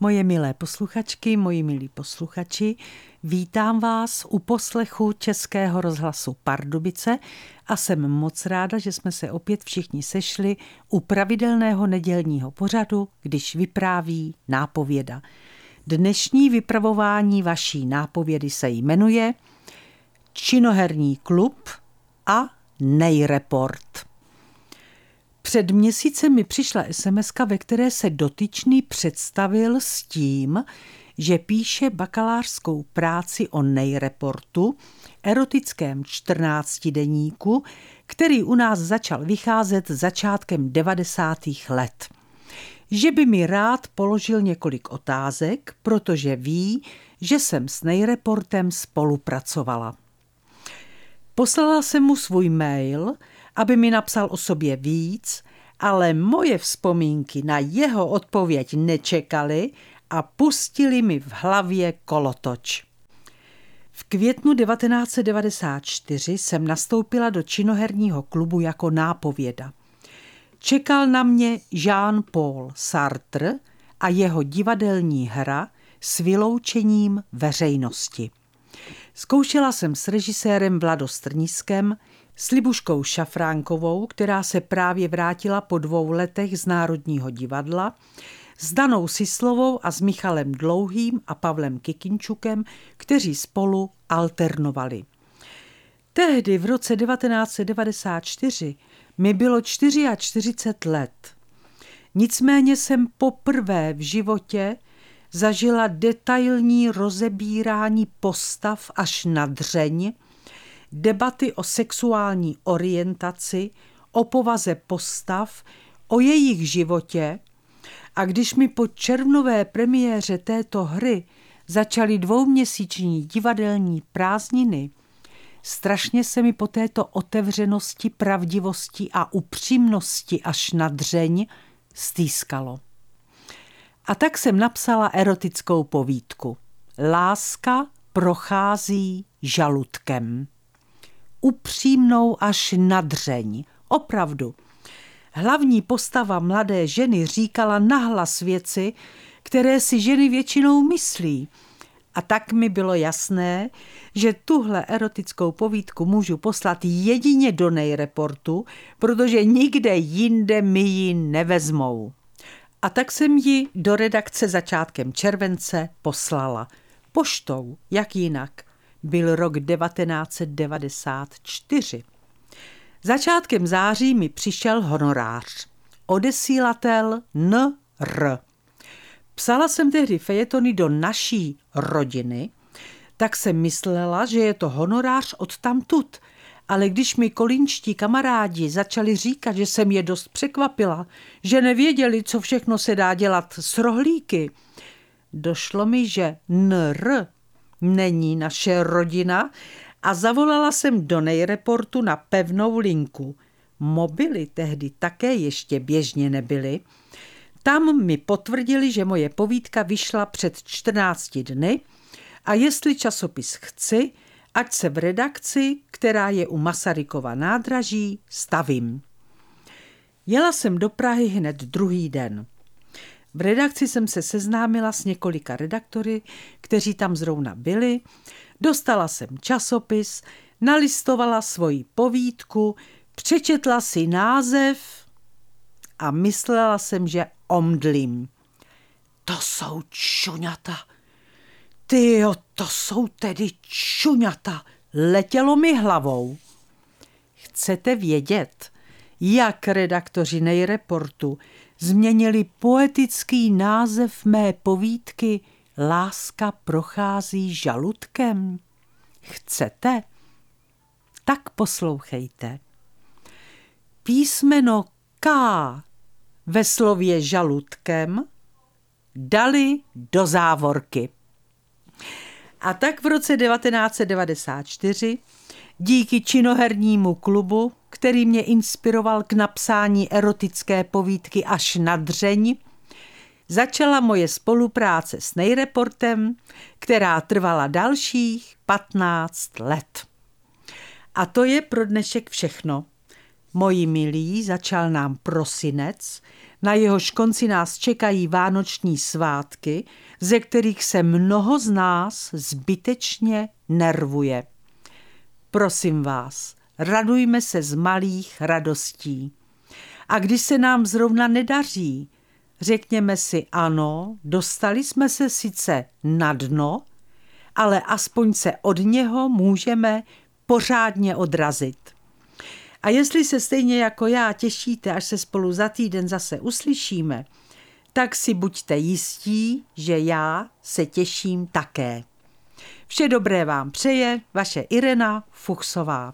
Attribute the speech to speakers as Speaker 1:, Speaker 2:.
Speaker 1: Moje milé posluchačky, moji milí posluchači, vítám vás u poslechu Českého rozhlasu Pardubice a jsem moc ráda, že jsme se opět všichni sešli u pravidelného nedělního pořadu, když vypráví nápověda. Dnešní vypravování vaší nápovědy se jmenuje Činoherní klub a Nejreport. Před měsícem mi přišla SMS-ka, ve které se dotyčný představil s tím, že píše bakalářskou práci o Nejreportu, erotickém 14deníku, který u nás začal vycházet začátkem 90. let. Že by mi rád položil několik otázek, protože ví, že jsem s Nejreportem spolupracovala. Poslala jsem mu svůj mail, aby mi napsal o sobě víc, ale moje vzpomínky na jeho odpověď nečekaly a pustili mi v hlavě kolotoč. V květnu 1994 jsem nastoupila do činoherního klubu jako nápověda. Čekal na mě Jean-Paul Sartre a jeho divadelní hra s vyloučením veřejnosti. Zkoušela jsem s režisérem Vlado Strniskem, s Libuškou Šafránkovou, která se právě vrátila po 2 letech z Národního divadla, s Danou Sislovou a s Michalem Dlouhým a Pavlem Kikinčukem, kteří spolu alternovali. Tehdy v roce 1994 mi bylo 44 let. Nicméně jsem poprvé v životě zažila detailní rozebírání postav až na dřeň, debaty o sexuální orientaci, o povaze postav, o jejich životě, a když mi po červnové premiéře této hry začaly 2měsíční divadelní prázdniny, strašně se mi po této otevřenosti, pravdivosti a upřímnosti až na dřeň stýskalo. A tak jsem napsala erotickou povídku. Láska prochází žaludkem. Upřímnou až na dřeň. Opravdu. Hlavní postava mladé ženy říkala nahlas věci, které si ženy většinou myslí. A tak mi bylo jasné, že tuhle erotickou povídku můžu poslat jedině do Nejreportu, protože nikde jinde mi ji nevezmou. A tak jsem ji do redakce začátkem července poslala. Poštou, jak jinak. Byl rok 1994. Začátkem září mi přišel honorář. Odesílatel N.R. Psala jsem tehdy fejetony do naší rodiny, tak jsem myslela, že je to honorář odtamtud. Ale když mi kolínští kamarádi začali říkat, že jsem je dost překvapila, že nevěděli, co všechno se dá dělat s rohlíky, došlo mi, že N.R. není naše rodina a zavolala jsem do Nejreportu na pevnou linku. Mobily tehdy také ještě běžně nebyly. Tam mi potvrdili, že moje povídka vyšla před 14 dny a jestli časopis chci, ať se v redakci, která je u Masarykova nádraží, stavím. Jela jsem do Prahy hned druhý den. V redakci jsem se seznámila s několika redaktory, kteří tam zrovna byli, dostala jsem časopis, nalistovala svoji povídku, přečetla si název a myslela jsem, že omdlím. To jsou čuňata. Tyjo, to jsou tedy čuňata. Letělo mi hlavou. Chcete vědět, jak redaktoři Nejreportu změnili poetický název mé povídky Láska prochází žaludkem? Chcete? Tak poslouchejte. Písmeno K ve slově žaludkem dali do závorky. A tak v roce 1994 díky činohernímu klubu, který mě inspiroval k napsání erotické povídky Až na dřeň, začala moje spolupráce s Nejreportem, která trvala dalších 15 let. A to je pro dnešek všechno. Moji milí, začal nám prosinec, na jehož konci nás čekají vánoční svátky, ze kterých se mnoho z nás zbytečně nervuje. Prosím vás, radujme se z malých radostí. A když se nám zrovna nedaří, řekněme si ano, dostali jsme se sice na dno, ale aspoň se od něho můžeme pořádně odrazit. A jestli se stejně jako já těšíte, až se spolu za týden zase uslyšíme, tak si buďte jistí, že já se těším také. Vše dobré vám přeje vaše Irena Fuchsová.